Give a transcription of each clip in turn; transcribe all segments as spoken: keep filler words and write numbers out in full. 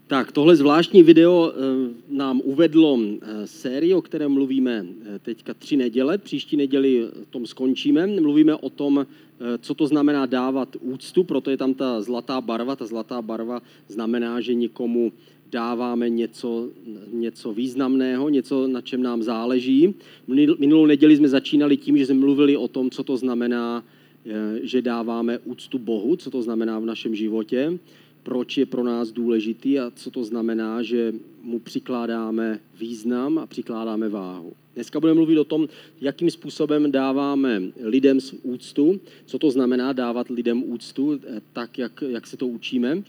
Tak, tohle zvláštní video nám uvedlo sérii, o které mluvíme teďka tři neděle. Příští neděli tom skončíme. Mluvíme o tom, co to znamená dávat úctu, proto je tam ta zlatá barva. Ta zlatá barva znamená, že někomu dáváme něco, něco významného, něco, na čem nám záleží. Minulou neděli jsme začínali tím, že jsme mluvili o tom, co to znamená, že dáváme úctu Bohu, co to znamená v našem životě, proč je pro nás důležitý a co to znamená, že mu přikládáme význam a přikládáme váhu. Dneska budeme mluvit o tom, jakým způsobem dáváme lidem úctu, co to znamená dávat lidem úctu, tak, jak, jak se to učíme.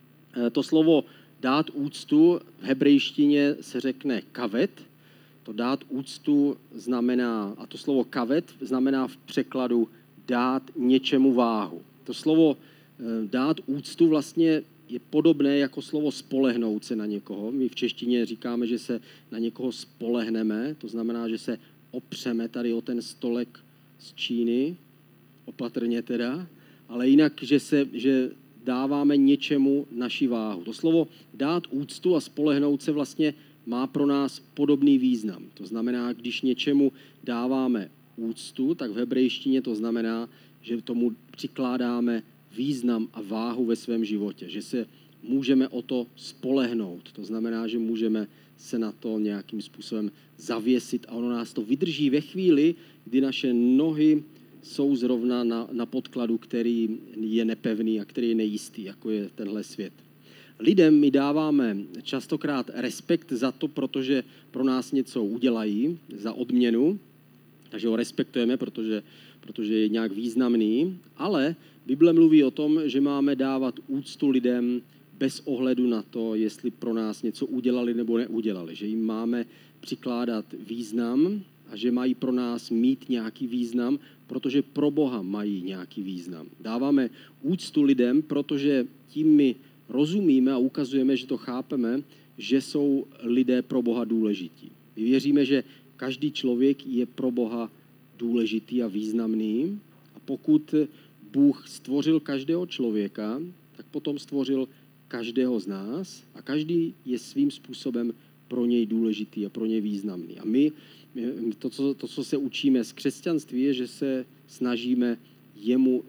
To slovo dát úctu v hebrejštině se řekne kavet. To dát úctu znamená, a to slovo kavet znamená v překladu dát něčemu váhu. To slovo dát úctu vlastně je podobné jako slovo spolehnout se na někoho. My v češtině říkáme, že se na někoho spolehneme, to znamená, že se opřeme tady o ten stolek z Číny, opatrně teda, ale jinak, že, se, že dáváme něčemu naši váhu. To slovo dát úctu a spolehnout se vlastně má pro nás podobný význam. To znamená, když něčemu dáváme úctu, tak v hebrejštině to znamená, že tomu přikládáme význam a váhu ve svém životě, že se můžeme o to spolehnout. To znamená, že můžeme se na to nějakým způsobem zavěsit a ono nás to vydrží ve chvíli, kdy naše nohy jsou zrovna na, na podkladu, který je nepevný a který je nejistý, jako je tenhle svět. Lidem my dáváme častokrát respekt za to, protože pro nás něco udělají za odměnu, takže ho respektujeme, protože, protože je nějak významný, ale Bible mluví o tom, že máme dávat úctu lidem bez ohledu na to, jestli pro nás něco udělali nebo neudělali, že jim máme přikládat význam a že mají pro nás mít nějaký význam, protože pro Boha mají nějaký význam. Dáváme úctu lidem, protože tím my rozumíme a ukazujeme, že to chápeme, že jsou lidé pro Boha důležití. My věříme, že každý člověk je pro Boha důležitý a významný a pokud Bůh stvořil každého člověka, tak potom stvořil každého z nás a každý je svým způsobem pro něj důležitý a pro něj významný. A my, to, co, to, co se učíme z křesťanství, je, že se snažíme jemu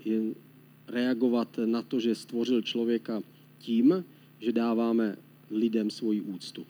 reagovat na to, že stvořil člověka tím, že dáváme lidem svoji úctu.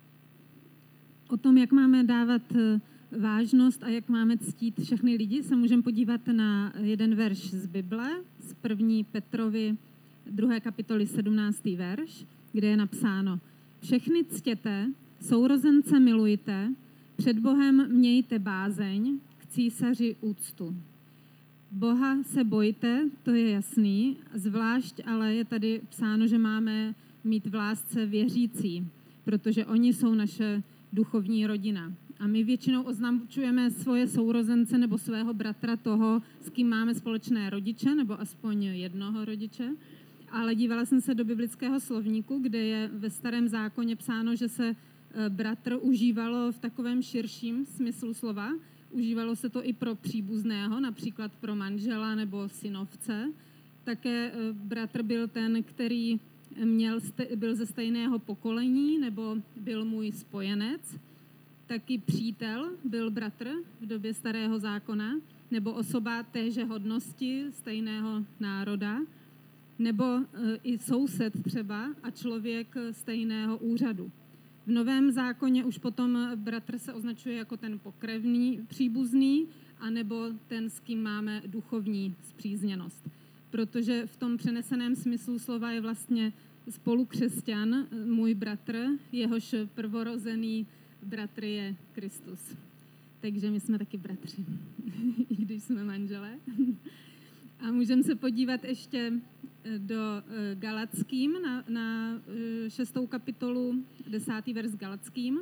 O tom, jak máme dávat vážnost a jak máme ctít všechny lidi, se můžeme podívat na jeden verš z Bible, z první Petrovi druhé kapitoly sedmnáctý verš, kde je napsáno: všechny ctěte, sourozence milujte, před Bohem mějte bázeň, k císaři úctu. Boha se bojte, to je jasný, zvlášť ale je tady psáno, že máme mít v lásce věřící, protože oni jsou naše duchovní rodina. A my většinou označujeme svoje sourozence nebo svého bratra toho, s kým máme společné rodiče, nebo aspoň jednoho rodiče. Ale dívala jsem se do biblického slovníku, kde je ve Starém zákoně psáno, že se bratr užívalo v takovém širším smyslu slova. Užívalo se to i pro příbuzného, například pro manžela nebo synovce. Také bratr byl ten, který měl, byl ze stejného pokolení nebo byl můj spojenec. Taky přítel byl bratr v době Starého zákona, nebo osoba téže hodnosti stejného národa, nebo i soused třeba a člověk stejného úřadu. V Novém zákoně už potom bratr se označuje jako ten pokrevný příbuzný, anebo ten, s kým máme duchovní spřízněnost. Protože v tom přeneseném smyslu slova je vlastně spolukřesťan, můj bratr, jehož prvorozený bratr je Kristus. Takže my jsme taky bratři, i když jsme manželé. A můžeme se podívat ještě do Galackým, na, na šestou kapitolu, desátý verš Galackým.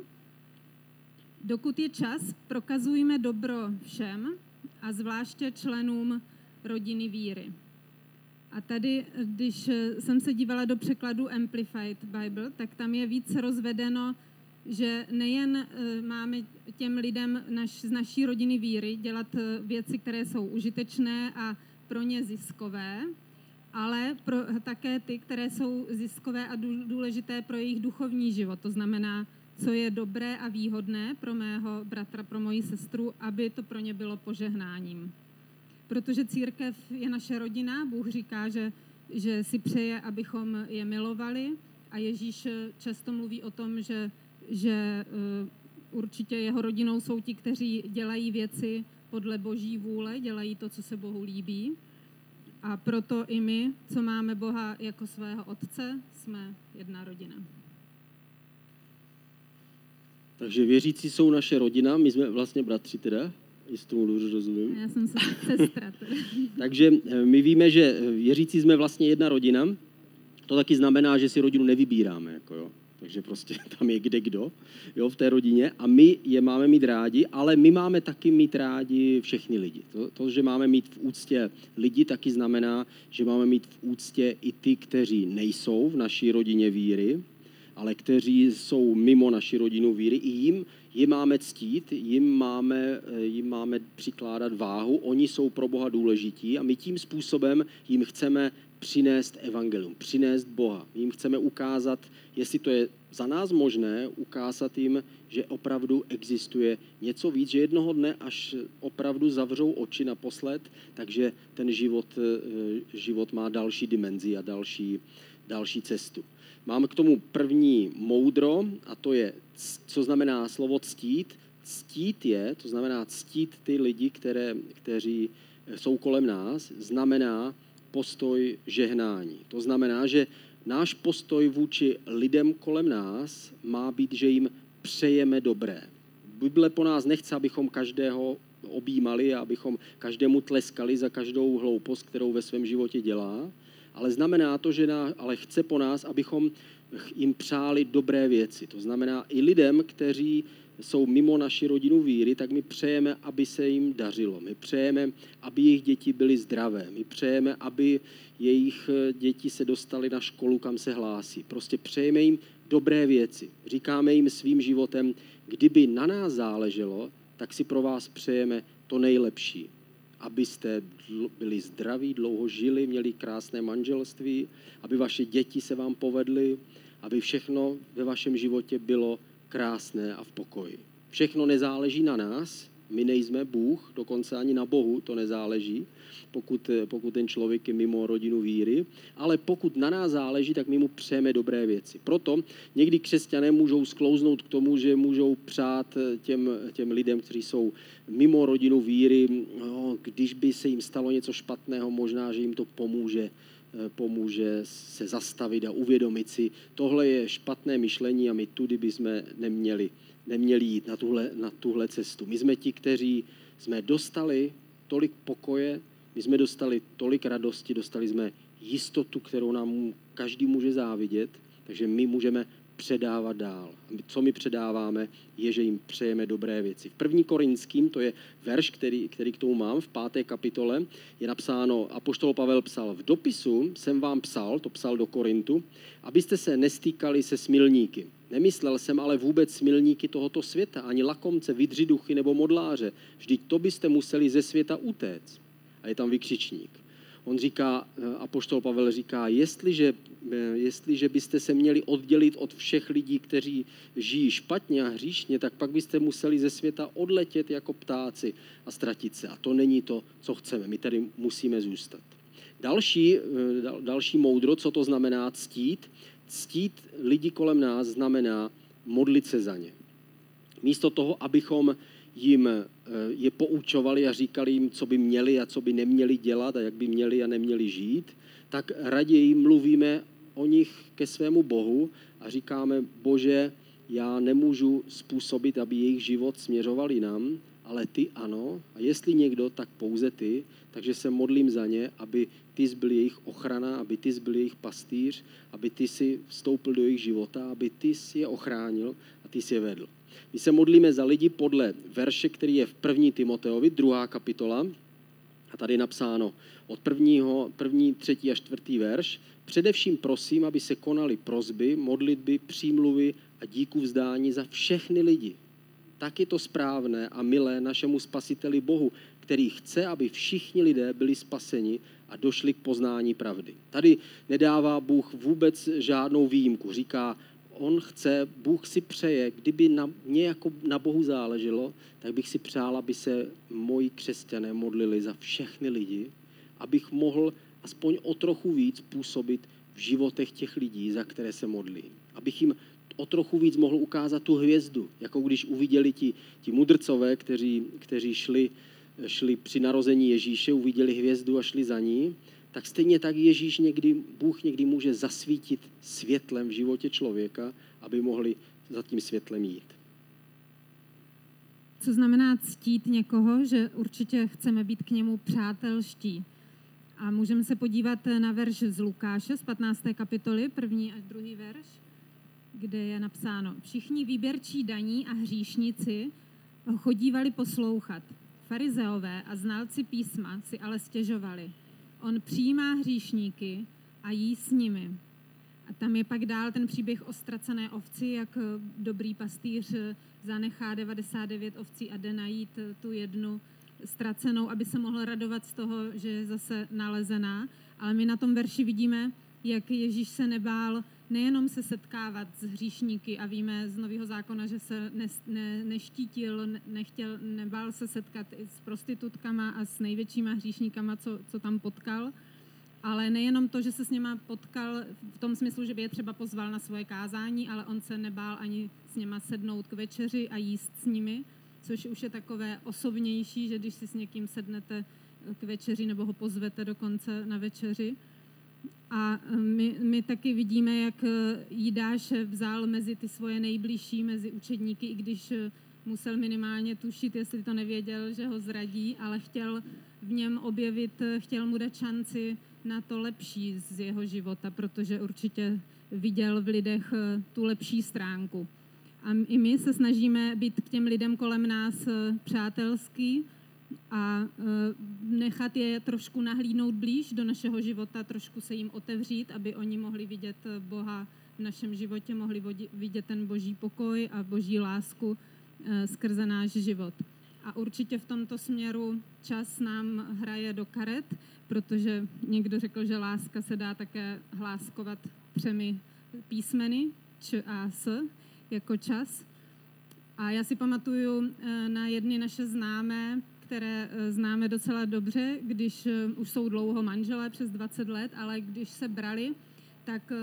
Dokud je čas, prokazujme dobro všem a zvláště členům rodiny víry. A tady, když jsem se dívala do překladu Amplified Bible, tak tam je víc rozvedeno, že nejen máme těm lidem naš, z naší rodiny víry dělat věci, které jsou užitečné a pro ně ziskové, ale pro, také ty, které jsou ziskové a důležité pro jejich duchovní život. To znamená, co je dobré a výhodné pro mého bratra, pro moji sestru, aby to pro ně bylo požehnáním. Protože církev je naše rodina, Bůh říká, že, že si přeje, abychom je milovali a Ježíš často mluví o tom, že, že určitě jeho rodinou jsou ti, kteří dělají věci podle Boží vůle, dělají to, co se Bohu líbí. A proto i my, co máme Boha jako svého otce, jsme jedna rodina. Takže věřící jsou naše rodina, my jsme vlastně bratři teda, jestli tomu dobře rozumím. Já jsem sestra. Takže my víme, že věřící jsme vlastně jedna rodina, to taky znamená, že si rodinu nevybíráme, jako jo. Takže prostě tam je kde kdo, jo, v té rodině a my je máme mít rádi, ale my máme taky mít rádi všechny lidi. To, to, že máme mít v úctě lidi, taky znamená, že máme mít v úctě i ty, kteří nejsou v naší rodině víry, ale kteří jsou mimo naši rodinu víry, i jim, jim máme ctít, jim máme, jim máme přikládat váhu, oni jsou pro Boha důležití a my tím způsobem jim chceme přinést evangelium, přinést Boha. My jim chceme ukázat, jestli to je za nás možné, ukázat jim, že opravdu existuje něco víc, že jednoho dne, až opravdu zavřou oči naposled, takže ten život, život má další dimenzi a další, další cestu. Mám k tomu první moudro a to je, co znamená slovo ctít. Ctít je, to znamená ctít ty lidi, které, kteří jsou kolem nás, znamená postoj žehnání. To znamená, že náš postoj vůči lidem kolem nás má být, že jim přejeme dobré. Bible po nás nechce, abychom každého objímali a abychom každému tleskali za každou hloupost, kterou ve svém životě dělá, ale znamená to, že ná, ale chce po nás, abychom jim přáli dobré věci. To znamená i lidem, kteří jsou mimo naši rodinu víry, tak my přejeme, aby se jim dařilo. My přejeme, aby jejich děti byly zdravé. My přejeme, aby jejich děti se dostaly na školu, kam se hlásí. Prostě přejeme jim dobré věci. Říkáme jim svým životem, kdyby na nás záleželo, tak si pro vás přejeme to nejlepší. Abyste byli zdraví, dlouho žili, měli krásné manželství, aby vaše děti se vám povedly, aby všechno ve vašem životě bylo krásné a v pokoji. Všechno nezáleží na nás, my nejsme Bůh, dokonce ani na Bohu to nezáleží, pokud, pokud ten člověk je mimo rodinu víry, ale pokud na nás záleží, tak my mu přejeme dobré věci. Proto někdy křesťané můžou sklouznout k tomu, že můžou přát těm, těm lidem, kteří jsou mimo rodinu víry, no, když by se jim stalo něco špatného, možná, že jim to pomůže, pomůže se zastavit a uvědomit si, tohle je špatné myšlení a my tudy bychom neměli, neměli jít na tuhle, na tuhle cestu. My jsme ti, kteří jsme dostali tolik pokoje, my jsme dostali tolik radosti, dostali jsme jistotu, kterou nám každý může závidět, takže my můžeme předávat dál. Co my předáváme, je, že jim přejeme dobré věci. V první Korinským, to je verš, který, který k tomu mám, v páté kapitole, je napsáno, apoštol Pavel psal, v dopisu jsem vám psal, to psal do Korintu, abyste se nestýkali se smilníky. Nemyslel jsem ale vůbec smilníky tohoto světa, ani lakomce, vydřiduchy nebo modláře. Vždyť to byste museli ze světa utéct. A je tam vykřičník. On říká, apoštol Pavel říká, jestliže, jestliže byste se měli oddělit od všech lidí, kteří žijí špatně a hříšně, tak pak byste museli ze světa odletět jako ptáci a ztratit se. A to není to, co chceme. My tady musíme zůstat. Další, další moudro, co to znamená ctít. Ctít lidi kolem nás znamená modlit se za ně. Místo toho, abychom jim je poučovali a říkali jim, co by měli a co by neměli dělat a jak by měli a neměli žít, tak raději mluvíme o nich ke svému Bohu a říkáme, Bože, já nemůžu způsobit, aby jejich život směřoval jinam, ale ty ano, a jestli někdo, tak pouze ty, takže se modlím za ně, aby ty jsi byl jejich ochrana, aby ty jsi byl jejich pastýř, aby ty jsi vstoupil do jejich života, aby ty jsi je ochránil a ty jsi je vedl. My se modlíme za lidi podle verše, který je v první Timoteovi, druhá kapitola, a tady je napsáno od prvního, první, třetí a čtvrtý verš. Především prosím, aby se konaly prosby, modlitby, přímluvy a díku vzdání za všechny lidi. Tak je to správné a milé našemu spasiteli Bohu, který chce, aby všichni lidé byli spaseni a došli k poznání pravdy. Tady nedává Bůh vůbec žádnou výjimku. Říká, on chce, Bůh si přeje, kdyby na mě jako na Bohu záleželo, tak bych si přál, aby se moji křesťané modlili za všechny lidi, abych mohl aspoň o trochu víc působit v životech těch lidí, za které se modlí. Abych jim o trochu víc mohl ukázat tu hvězdu, jako když uviděli ti, ti mudrcové, kteří, kteří šli, šli při narození Ježíše, uviděli hvězdu a šli za ní, tak stejně tak Ježíš někdy, Bůh někdy může zasvítit světlem v životě člověka, aby mohli za tím světlem jít. Co znamená ctít někoho, že určitě chceme být k němu přátelští. A můžeme se podívat na verš z Lukáše z patnácté kapitoly, první až druhý verš, kde je napsáno: Všichni výběrčí daní a hříšníci ho chodívali poslouchat. Farizeové a znalci písma si ale stěžovali. On přijímá hříšníky a jí s nimi. A tam je pak dál ten příběh o ztracené ovci, jak dobrý pastýř zanechá devadesát devět ovcí a jde najít tu jednu ztracenou, aby se mohl radovat z toho, že je zase nalezená. Ale my na tom verši vidíme, jak Ježíš se nebál nejenom se setkávat s hříšníky a víme z Nového zákona, že se ne, ne, neštítil, nechtěl, nebál se setkat i s prostitutkama a s největšíma hříšníkama, co, co tam potkal, ale nejenom to, že se s něma potkal v tom smyslu, že by je třeba pozval na svoje kázání, ale on se nebál ani s něma sednout k večeři a jíst s nimi, což už je takové osobnější, že když si s někým sednete k večeři nebo ho pozvete dokonce na večeři. A my, my taky vidíme, jak Jidáš vzal mezi ty svoje nejbližší, mezi učedníky, i když musel minimálně tušit, jestli to nevěděl, že ho zradí, ale chtěl v něm objevit, chtěl mu dát šanci na to lepší z jeho života, protože určitě viděl v lidech tu lepší stránku. A i my se snažíme být k těm lidem kolem nás přátelský a nechat je trošku nahlídnout blíž do našeho života, trošku se jim otevřít, aby oni mohli vidět Boha v našem životě, mohli vidět ten boží pokoj a boží lásku skrze náš život. A určitě v tomto směru čas nám hraje do karet, protože někdo řekl, že láska se dá také hláskovat třemi písmeny, č a s, jako čas. A já si pamatuju na jedny naše známé, které známe docela dobře, když už jsou dlouho manželé, přes dvacet let, ale když se brali, tak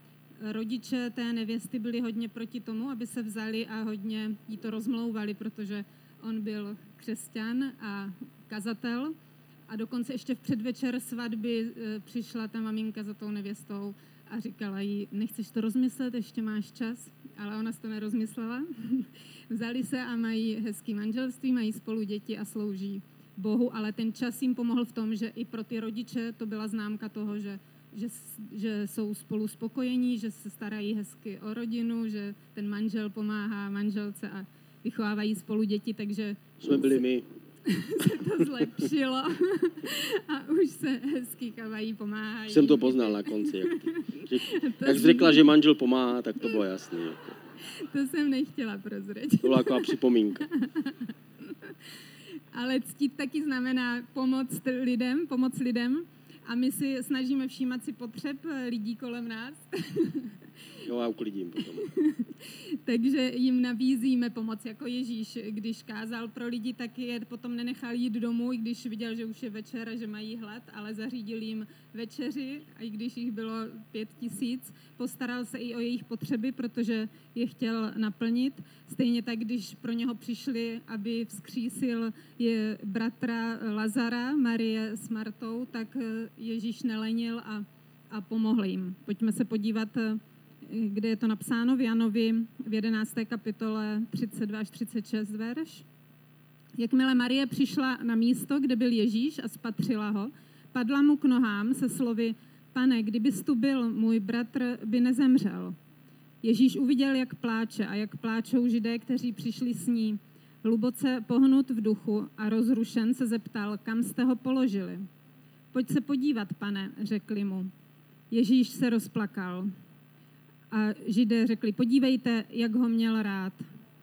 rodiče té nevěsty byli hodně proti tomu, aby se vzali a hodně jí to rozmlouvali, protože on byl křesťan a kazatel a dokonce ještě v předvečer svatby přišla ta maminka za tou nevěstou a říkala jí, nechceš to rozmyslet, ještě máš čas, ale ona si to nerozmyslela. Vzali se a mají hezký manželství, mají spolu děti a slouží Bohu, ale ten čas jim pomohl v tom, že i pro ty rodiče to byla známka toho, že, že, že jsou spolu spokojení, že se starají hezky o rodinu, že ten manžel pomáhá manželce a vychovávají spolu děti, takže jsme byli my. se to zlepšilo a už se hezky kavají, pomáhají. Jsem to poznal na konci. Jak, ty, jak jsi řekla, že manžel pomáhá, tak to bylo jasné. To jsem nechtěla prozřeć. To byla taková připomínka. Ale ctít taky znamená pomoct lidem, pomoct lidem a my si snažíme všímat si potřeb lidí kolem nás. Jo, já uklidím potom. Takže jim nabízíme pomoc, jako Ježíš, když kázal pro lidi, tak je potom nenechal jít domů, i když viděl, že už je večer a že mají hlad, ale zařídil jim večeři, a i když jich bylo pět tisíc, postaral se i o jejich potřeby, protože je chtěl naplnit. Stejně tak, když pro něho přišli, aby vzkřísil je bratra Lazara, Marie s Martou, tak Ježíš nelenil a, a pomohl jim. Pojďme se podívat, kde je to napsáno v Janovi v jedenácté kapitole třicet dva až třicet šest verš. Jakmile Marie přišla na místo, kde byl Ježíš a spatřila ho, padla mu k nohám se slovy, pane, kdybys tu byl, můj bratr by nezemřel. Ježíš uviděl, jak pláče a jak pláčou Židé, kteří přišli s ní. Hluboce pohnut v duchu a rozrušen se zeptal, kam jste ho položili. Pojď se podívat, pane, řekli mu. Ježíš se rozplakal. A Židé řekli, podívejte, jak ho měl rád.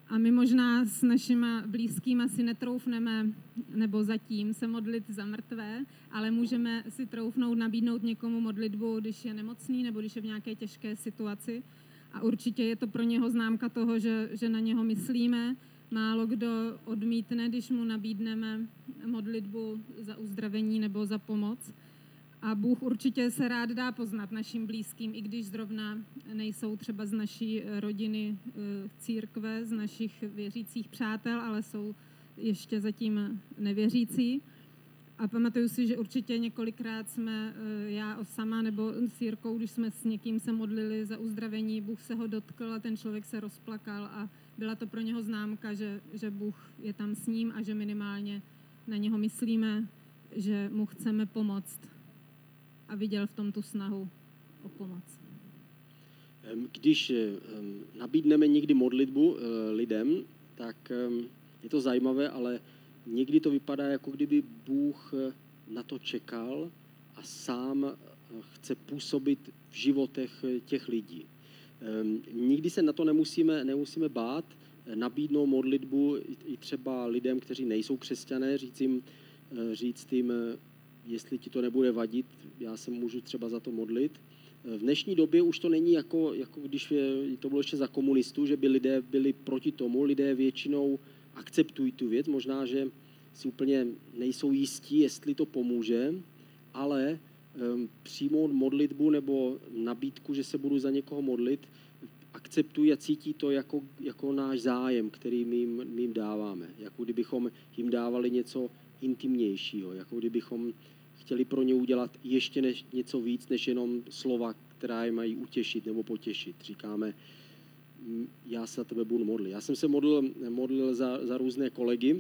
A my možná s našima blízkýma si netroufneme, nebo zatím se modlit za mrtvé, ale můžeme si troufnout nabídnout někomu modlitbu, když je nemocný nebo když je v nějaké těžké situaci. A určitě je to pro něho známka toho, že, že na něho myslíme. Málo kdo odmítne, když mu nabídneme modlitbu za uzdravení nebo za pomoc. A Bůh určitě se rád dá poznat našim blízkým, i když zrovna nejsou třeba z naší rodiny církve, z našich věřících přátel, ale jsou ještě zatím nevěřící. A pamatuju si, že určitě několikrát jsme, já sama nebo s Jirkou, když jsme s někým se modlili za uzdravení, Bůh se ho dotkl a ten člověk se rozplakal a byla to pro něho známka, že, že Bůh je tam s ním a že minimálně na něho myslíme, že mu chceme pomoct. A viděl v tom tu snahu o pomoc. Když nabídneme někdy modlitbu lidem, tak je to zajímavé, ale někdy to vypadá, jako kdyby Bůh na to čekal a sám chce působit v životech těch lidí. Nikdy se na to nemusíme, nemusíme bát, nabídnout modlitbu i třeba lidem, kteří nejsou křesťané, říct jim, říct jim jestli ti to nebude vadit, já se můžu třeba za to modlit. V dnešní době už to není jako, jako když to bylo ještě za komunistů, že by lidé byli proti tomu. Lidé většinou akceptují tu věc, možná, že si úplně nejsou jistí, jestli to pomůže, ale um, přijmout modlitbu nebo nabídku, že se budu za někoho modlit, akceptují a cítí to jako, jako náš zájem, který my jim, my jim dáváme. Jako kdybychom jim dávali něco intimnějšího, jako kdybychom chtěli pro ně udělat ještě než, něco víc, než jenom slova, která je mají utěšit nebo potěšit. Říkáme, já se za tebe budu modlit. Já jsem se modlil, modlil za, za různé kolegy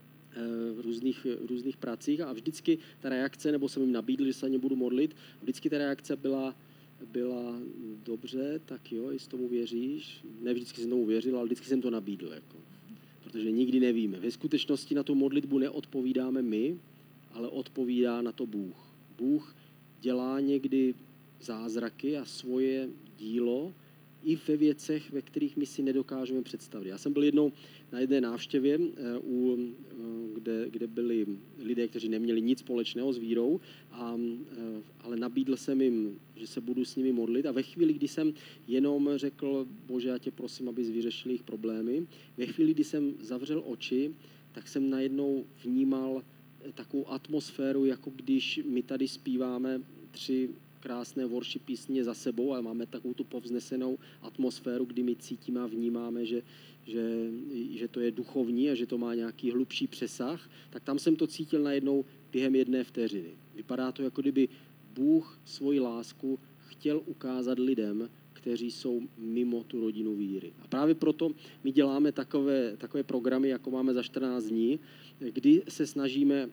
v různých, různých pracích a vždycky ta reakce, nebo jsem jim nabídl, že se za ně budu modlit, vždycky ta reakce byla, byla dobře, tak jo, jestli tomu věříš. Ne vždycky jsem tomu věřil, ale vždycky jsem to nabídl. Jako. Protože nikdy nevíme. Ve skutečnosti na tu modlitbu neodpovídáme my, ale odpovídá na to Bůh. Bůh dělá někdy zázraky a svoje dílo i ve věcech, ve kterých my si nedokážeme představit. Já jsem byl jednou na jedné návštěvě, u, kde, kde byli lidé, kteří neměli nic společného s vírou, a, ale nabídl jsem jim, že se budu s nimi modlit a ve chvíli, kdy jsem jenom řekl, Bože, já tě prosím, abys vyřešil jejich problémy, ve chvíli, kdy jsem zavřel oči, tak jsem najednou vnímal takovou atmosféru, jako když my tady zpíváme tři krásné worship písně za sebou a máme takovou tu povznesenou atmosféru, kdy my cítíme a vnímáme, že, že, že to je duchovní a že to má nějaký hlubší přesah, tak tam jsem to cítil najednou během jedné vteřiny. Vypadá to, jako kdyby Bůh svoji lásku chtěl ukázat lidem, kteří jsou mimo tu rodinu víry. A právě proto my děláme takové, takové programy, jako máme za čtrnáct dní, kdy se snažíme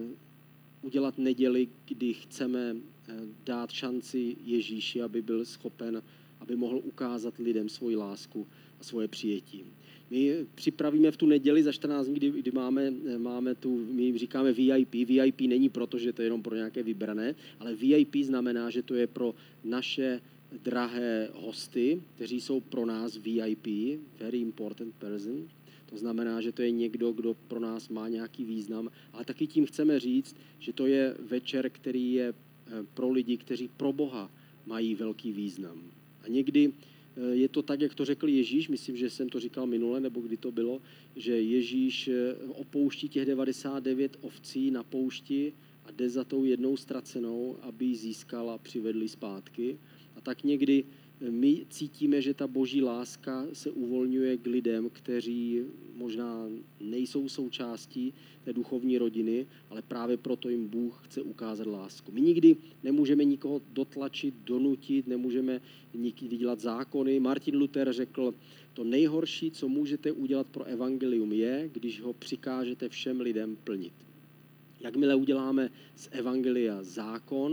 udělat neděli, kdy chceme dát šanci Ježíši, aby byl schopen, aby mohl ukázat lidem svoji lásku a svoje přijetí. My připravíme v tu neděli za čtrnáct dní, kdy, kdy máme, máme tu, my říkáme V I P. V I P není proto, že to je jenom pro nějaké vybrané, ale V I P znamená, že to je pro naše drahé hosty, kteří jsou pro nás V I P, very important person. To znamená, že to je někdo, kdo pro nás má nějaký význam, ale taky tím chceme říct, že to je večer, který je pro lidi, kteří pro Boha mají velký význam. A někdy je to tak, jak to řekl Ježíš, myslím, že jsem to říkal minule, nebo kdy to bylo, že Ježíš opouští těch devadesát devět ovcí na poušti a jde za tou jednou ztracenou, aby ji získal a přivedli zpátky. A tak někdy my cítíme, že ta boží láska se uvolňuje k lidem, kteří možná nejsou součástí té duchovní rodiny, ale právě proto jim Bůh chce ukázat lásku. My nikdy nemůžeme nikoho dotlačit, donutit, nemůžeme nikdy dělat zákony. Martin Luther řekl, to nejhorší, co můžete udělat pro evangelium, je, když ho přikážete všem lidem plnit. Jakmile uděláme z evangelia zákon,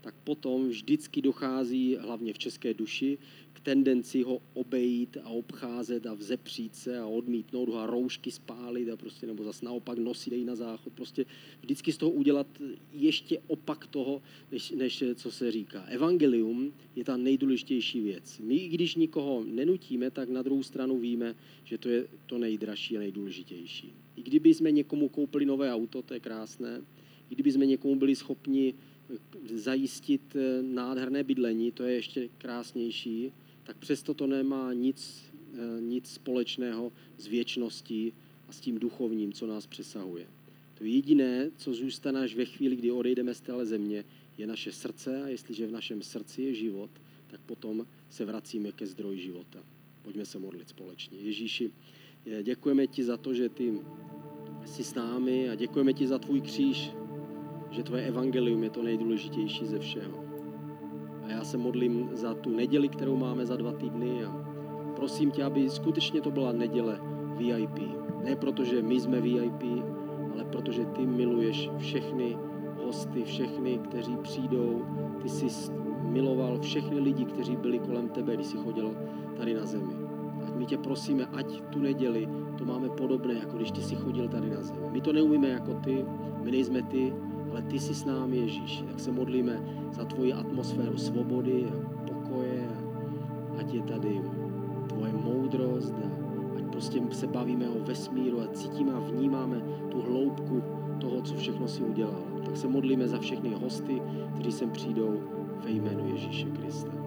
tak potom vždycky dochází, hlavně v české duši, k tendenci ho obejít a obcházet a vzepřít se a odmítnout ho a roušky spálit a prostě, nebo zase naopak nosit jít na záchod. Prostě vždycky z toho udělat ještě opak toho, než, než co se říká. Evangelium je ta nejdůležitější věc. My, i když nikoho nenutíme, tak na druhou stranu víme, že to je to nejdražší a nejdůležitější. I kdyby jsme někomu koupili nové auto, to je krásné, i kdyby jsme někomu byli schopni zajistit nádherné bydlení, to je ještě krásnější, tak přesto to nemá nic, nic společného s věčností a s tím duchovním, co nás přesahuje. To jediné, co zůstane až ve chvíli, kdy odejdeme z téhle země, je naše srdce a jestliže v našem srdci je život, tak potom se vracíme ke zdroji života. Pojďme se modlit společně. Ježíši, děkujeme ti za to, že ty jsi s námi a děkujeme ti za tvůj kříž, že tvoje evangelium je to nejdůležitější ze všeho. A já se modlím za tu neděli, kterou máme za dva týdny a prosím tě, aby skutečně to byla neděle V I P. Ne proto, že my jsme V I P, ale protože ty miluješ všechny hosty, všechny, kteří přijdou. Ty jsi miloval všechny lidi, kteří byli kolem tebe, když jsi chodil tady na zemi. Tak my tě prosíme, ať tu neděli to máme podobné, jako když ty jsi chodil tady na zemi. My to neumíme jako ty, my nejsme ty, ale ty jsi s námi, Ježíš. Tak se modlíme za tvoji atmosféru svobody a pokoje. Ať je tady tvoje moudrost a ať prostě se bavíme o vesmíru a cítíme a vnímáme tu hloubku toho, co všechno si udělal. Tak se modlíme za všechny hosty, kteří sem přijdou ve jménu Ježíše Krista.